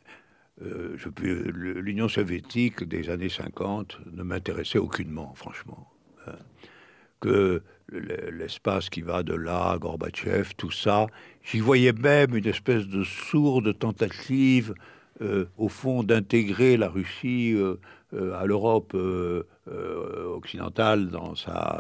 B: L'Union soviétique des années 50 ne m'intéressait aucunement, franchement. Que l'espace qui va de là, Gorbatchev, tout ça, j'y voyais même une espèce de sourde tentative, au fond, d'intégrer la Russie à l'Europe occidentale dans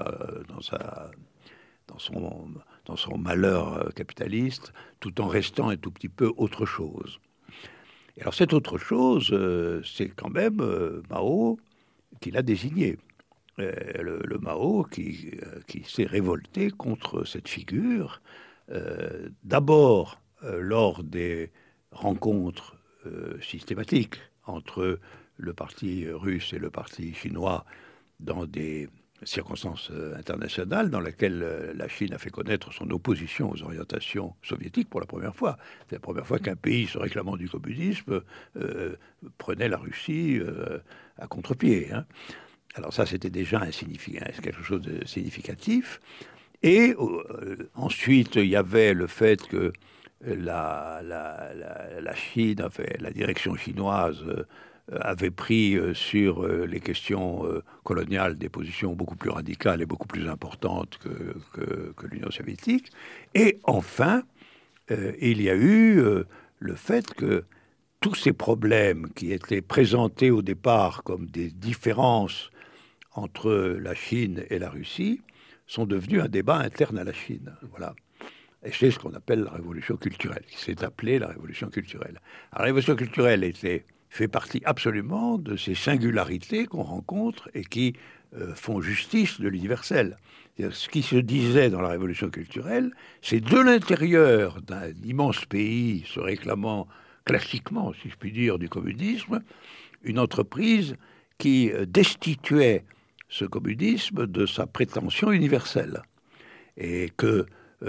B: son malheur capitaliste, tout en restant un tout petit peu autre chose. Et alors cette autre chose, c'est quand même Mao qui l'a désigné. Le Mao qui s'est révolté contre cette figure, d'abord lors des rencontres systématiques entre le parti russe et le parti chinois dans des circonstances internationales dans lesquelles la Chine a fait connaître son opposition aux orientations soviétiques pour la première fois. C'est la première fois qu'un pays se réclamant du communisme prenait la Russie à contre-pied. Hein. Alors ça, c'était déjà quelque chose de significatif. Et ensuite, il y avait le fait que la Chine, la direction chinoise avait pris sur les questions coloniales des positions beaucoup plus radicales et beaucoup plus importantes que l'Union soviétique. Et enfin, il y a eu le fait que tous ces problèmes qui étaient présentés au départ comme des différences entre la Chine et la Russie sont devenus un débat interne à la Chine. Voilà. Et c'est ce qu'on appelle la révolution culturelle, qui s'est appelée la révolution culturelle. Alors, la révolution culturelle fait partie absolument de ces singularités qu'on rencontre et qui font justice de l'universel. Ce qui se disait dans la révolution culturelle, c'est de l'intérieur d'un immense pays se réclamant classiquement, si je puis dire, du communisme, une entreprise qui destituait ce communisme de sa prétention universelle. Et que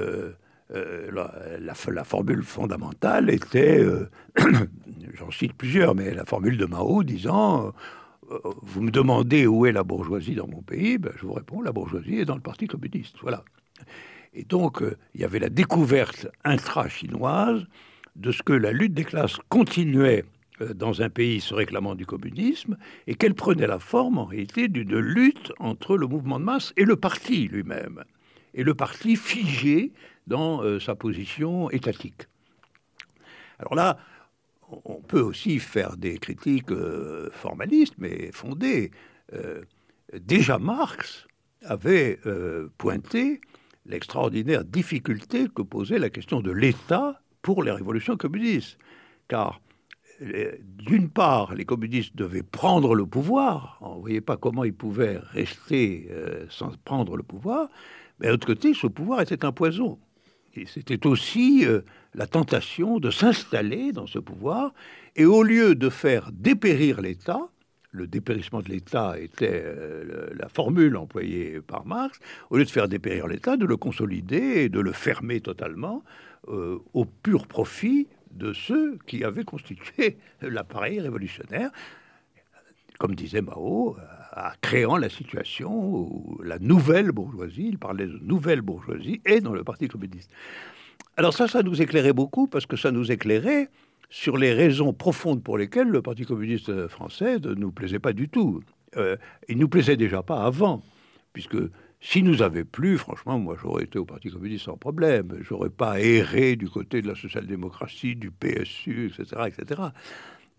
B: la formule fondamentale était, j'en cite plusieurs, mais la formule de Mao disant vous me demandez où est la bourgeoisie dans mon pays, ben, je vous réponds, la bourgeoisie est dans le Parti communiste. Voilà. Et donc, il y avait la découverte intra-chinoise de ce que la lutte des classes continuait dans un pays se réclamant du communisme, et qu'elle prenait la forme, en réalité, d'une lutte entre le mouvement de masse et le parti lui-même. Et le parti figé dans sa position étatique. Alors là, on peut aussi faire des critiques formalistes, mais fondées. Déjà Marx avait pointé l'extraordinaire difficulté que posait la question de l'État pour les révolutions communistes. Car, d'une part, les communistes devaient prendre le pouvoir. On ne voyait pas comment ils pouvaient rester sans prendre le pouvoir. Mais de l'autre côté, ce pouvoir était un poison. Et c'était aussi la tentation de s'installer dans ce pouvoir. Et au lieu de faire dépérir l'État, le dépérissement de l'État était la formule employée par Marx, au lieu de faire dépérir l'État, de le consolider et de le fermer totalement au pur profit de ceux qui avaient constitué l'appareil révolutionnaire, comme disait Mao, créant la situation où la nouvelle bourgeoisie, il parlait de nouvelle bourgeoisie, est dans le Parti communiste. Alors ça nous éclairait beaucoup, parce que ça nous éclairait sur les raisons profondes pour lesquelles le Parti communiste français ne nous plaisait pas du tout. Il ne nous plaisait déjà pas avant, puisque s'il nous avait plu, franchement, moi j'aurais été au Parti communiste sans problème. J'aurais pas erré du côté de la social-démocratie, du PSU, etc., etc.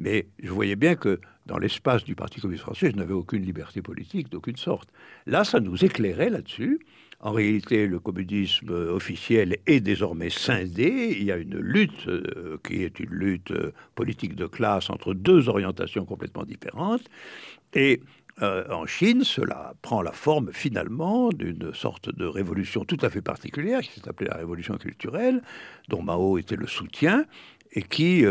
B: Mais je voyais bien que dans l'espace du Parti communiste français, je n'avais aucune liberté politique d'aucune sorte. Là, ça nous éclairait là-dessus. En réalité, le communisme officiel est désormais scindé. Il y a une lutte qui est une lutte politique de classe entre deux orientations complètement différentes. Et en Chine, cela prend la forme finalement d'une sorte de révolution tout à fait particulière qui s'est appelée la révolution culturelle, dont Mao était le soutien et qui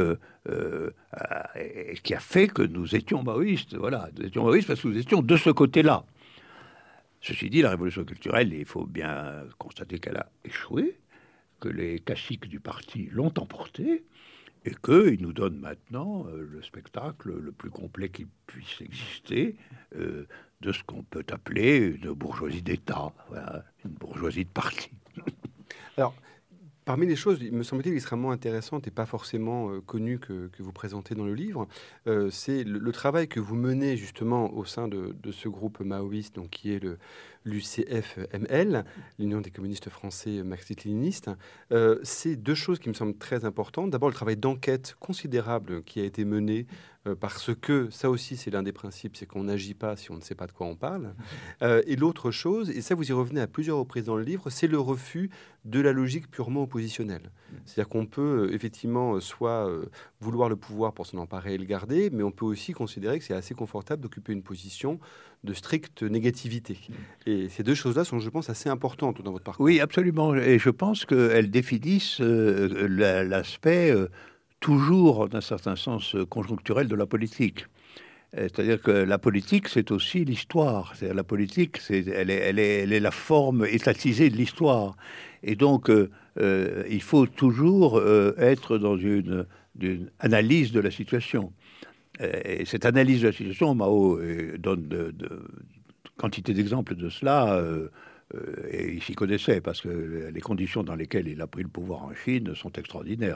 B: a fait que nous étions maoïstes. Voilà, nous étions maoïstes parce que nous étions de ce côté-là. Ceci dit, la révolution culturelle, il faut bien constater qu'elle a échoué, que les caciques du parti l'ont emportée, et qu'ils nous donnent maintenant le spectacle le plus complet qui puisse exister de ce qu'on peut appeler une bourgeoisie d'État, voilà, une bourgeoisie de parti.
A: Alors, parmi les choses, il me semble-t-il, extrêmement intéressantes et pas forcément connues que vous présentez dans le livre, c'est le travail que vous menez justement au sein de ce groupe maoïste, donc, qui est l'UCF-ML, l'Union des communistes français marxistes-léninistes. C'est deux choses qui me semblent très importantes. D'abord, le travail d'enquête considérable qui a été mené, parce que ça aussi, c'est l'un des principes, c'est qu'on n'agit pas si on ne sait pas de quoi on parle. Et l'autre chose, et ça vous y revenez à plusieurs reprises dans le livre, c'est le refus de la logique purement oppositionnelle. C'est-à-dire qu'on peut effectivement soit vouloir le pouvoir pour s'en emparer et le garder, mais on peut aussi considérer que c'est assez confortable d'occuper une position de stricte négativité. Et ces deux choses-là sont, je pense, assez importantes dans votre parcours.
B: Oui, absolument. Et je pense qu'elles définissent l'aspect toujours, d'un certain sens, conjoncturel de la politique. C'est-à-dire que la politique, c'est aussi l'histoire. C'est-à-dire la politique, elle est la forme étatisée de l'histoire. Et donc, il faut toujours être dans une analyse de la situation. Et cette analyse de la situation, Mao donne de quantité d'exemples de cela, et il s'y connaissait, parce que les conditions dans lesquelles il a pris le pouvoir en Chine sont extraordinaires.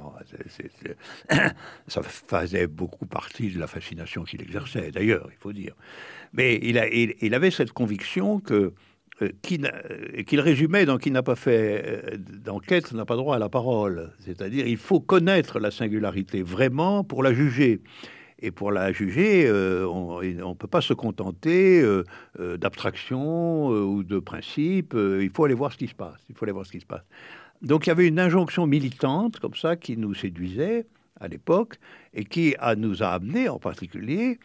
B: Ça faisait beaucoup partie de la fascination qu'il exerçait, d'ailleurs, il faut dire. Mais il avait cette conviction qu'il résumait dans « Qui n'a pas fait d'enquête n'a pas droit à la parole ». C'est-à-dire, il faut connaître la singularité vraiment pour la juger. Et pour la juger, on ne peut pas se contenter d'abstraction ou de principe. Il faut aller voir ce qui se passe. Il faut aller voir ce qui se passe. Donc il y avait une injonction militante comme ça qui nous séduisait à l'époque et qui nous a amenés en particulier,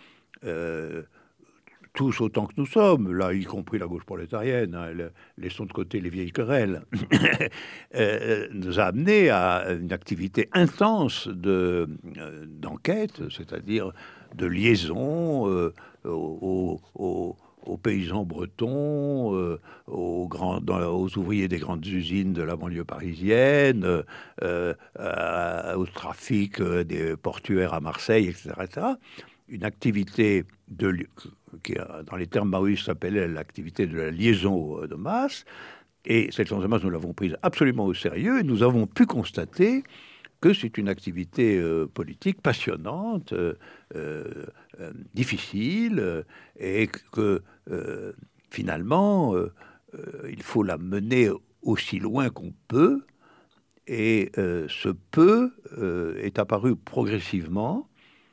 B: tous autant que nous sommes, là y compris la gauche prolétarienne, hein, laissons de côté les vieilles querelles, nous a amené à une activité intense d'enquête, c'est-à-dire de liaison aux paysans bretons, aux ouvriers des grandes usines de la banlieue parisienne, au trafic des portuaires à Marseille, etc. Une activité qui, dans les termes maoïstes, s'appelait l'activité de la liaison de masse. Et cette liaison de masse, nous l'avons prise absolument au sérieux et nous avons pu constater que c'est une activité politique passionnante, difficile, et que finalement, il faut la mener aussi loin qu'on peut. Et ce peu est apparu progressivement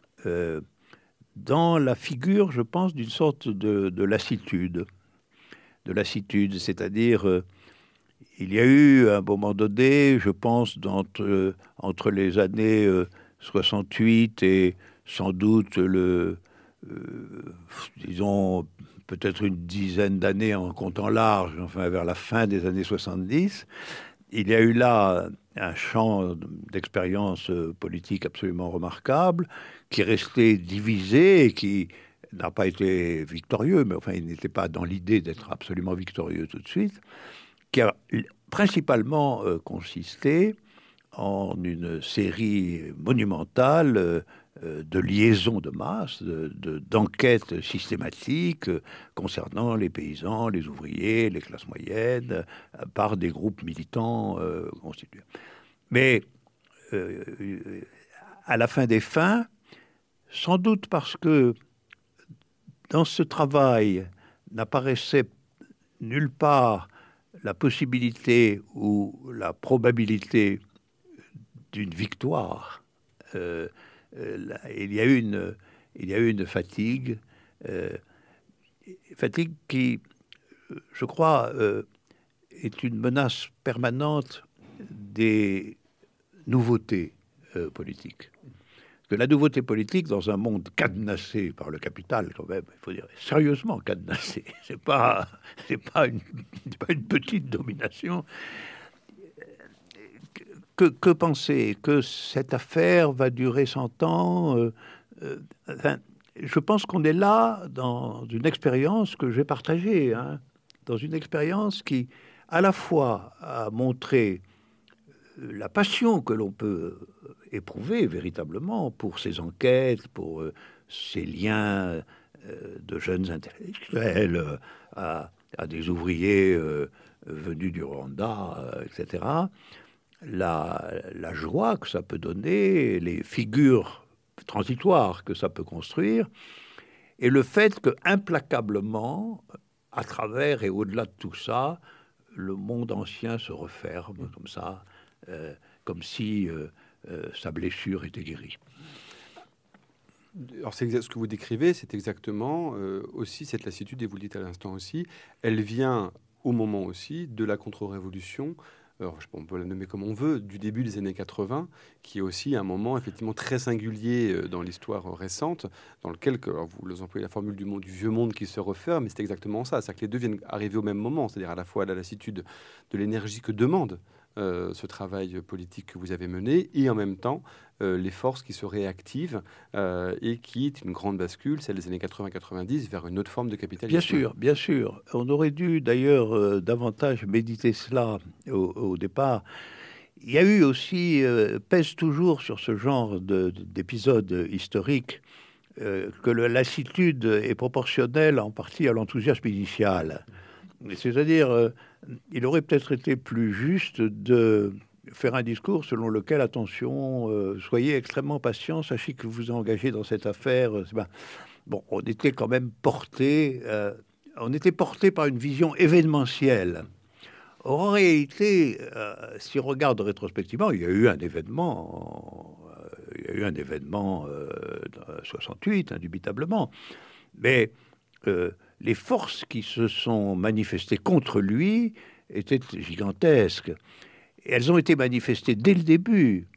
B: dans la figure, je pense, d'une sorte de lassitude. De lassitude, c'est-à-dire, il y a eu, à un moment donné, je pense, entre les années 68 et sans doute disons, peut-être une dizaine d'années en comptant large, enfin vers la fin des années 70, il y a eu là un champ d'expérience politique absolument remarquable, qui est resté divisé et qui n'a pas été victorieux, mais enfin, il n'était pas dans l'idée d'être absolument victorieux tout de suite, qui a principalement consisté en une série monumentale de liaisons de masse, d'enquêtes systématiques concernant les paysans, les ouvriers, les classes moyennes, par des groupes militants constitués. Mais à la fin des fins, sans doute parce que dans ce travail n'apparaissait nulle part la possibilité ou la probabilité d'une victoire, il y a eu une fatigue, fatigue qui, je crois, est une menace permanente des nouveautés politiques. Que la nouveauté politique, dans un monde cadenassé par le capital, quand même, il faut dire, sérieusement cadenassé, c'est pas une petite domination. Que penser? Que cette affaire va durer 100 ans? Enfin, je pense qu'on est là dans une expérience que j'ai partagée, hein, dans une expérience qui, à la fois, a montré la passion que l'on peut éprouver véritablement pour ces enquêtes, pour ces liens de jeunes intellectuels à des ouvriers venus du Rwanda, etc. La joie que ça peut donner, les figures transitoires que ça peut construire, et le fait que implacablement, à travers et au-delà de tout ça, le monde ancien se referme comme ça, comme si sa blessure était guérie.
A: Alors, c'est ce que vous décrivez, c'est exactement aussi cette lassitude, et vous le dites à l'instant aussi, elle vient au moment aussi de la contre-révolution. Alors, on peut la nommer comme on veut, du début des années 80, qui est aussi un moment effectivement très singulier dans l'histoire récente, dans lequel, alors vous employez la formule du vieux monde qui se referme, mais c'est exactement ça, c'est que les deux viennent arriver au même moment, c'est-à-dire à la fois la lassitude de l'énergie que demande ce travail politique que vous avez mené, et en même temps les forces qui se réactivent et qui est une grande bascule, celle des années 80-90, vers une autre forme de capitalisme.
B: Bien sûr, bien sûr. On aurait dû d'ailleurs davantage méditer cela au départ. Il y a eu aussi, pèse toujours sur ce genre d'épisodes historiques, que la lassitude est proportionnelle en partie à l'enthousiasme initial. C'est-à-dire, il aurait peut-être été plus juste de faire un discours selon lequel, attention, soyez extrêmement patient, sachez que vous vous engagez dans cette affaire. Bon, on était quand même porté par une vision événementielle. Or, en réalité, si on regarde rétrospectivement, il y a eu un événement, 68, indubitablement, mais les forces qui se sont manifestées contre lui étaient gigantesques. Et elles ont été manifestées dès le début.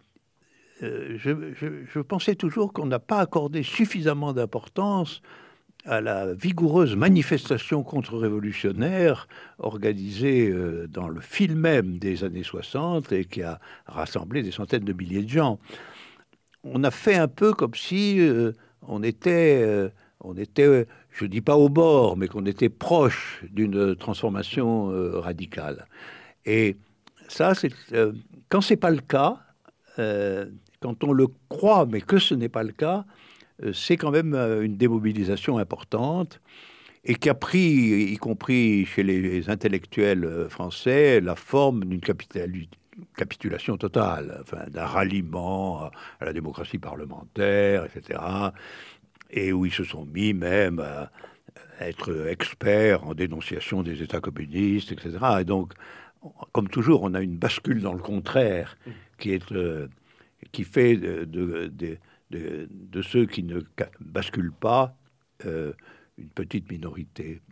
B: Je pensais toujours qu'on n'a pas accordé suffisamment d'importance à la vigoureuse manifestation contre-révolutionnaire organisée dans le fil même des années 60 et qui a rassemblé des centaines de milliers de gens. On a fait un peu comme si on était, je dis pas au bord, mais qu'on était proche d'une transformation radicale. Et ça, c'est quand c'est pas le cas, quand on le croit, mais que ce n'est pas le cas, c'est quand même une démobilisation importante et qui a pris, y compris chez les intellectuels français, la forme d'une capitulation totale, enfin, d'un ralliement à la démocratie parlementaire, etc. Et où ils se sont mis même à être experts en dénonciation des États communistes, etc. Et donc, comme toujours, on a une bascule dans le contraire qui fait de ceux qui ne basculent pas une petite minorité.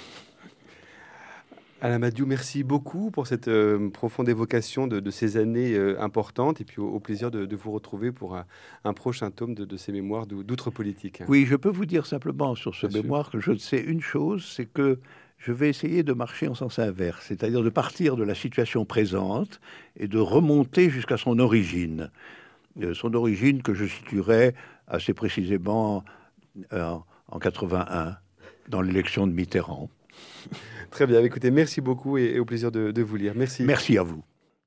A: Alain Madiou, merci beaucoup pour cette profonde évocation de ces années importantes, et puis au plaisir de vous retrouver pour un prochain tome de ces mémoires d'outre-politique.
B: Oui, je peux vous dire simplement sur ce
A: Bien
B: mémoire que je sais une chose, c'est que je vais essayer de marcher en sens inverse, c'est-à-dire de partir de la situation présente et de remonter jusqu'à son origine. Son origine que je situerai assez précisément en 81, dans l'élection de Mitterrand.
A: Très bien, écoutez, merci beaucoup et au plaisir de vous lire. Merci.
B: Merci à vous.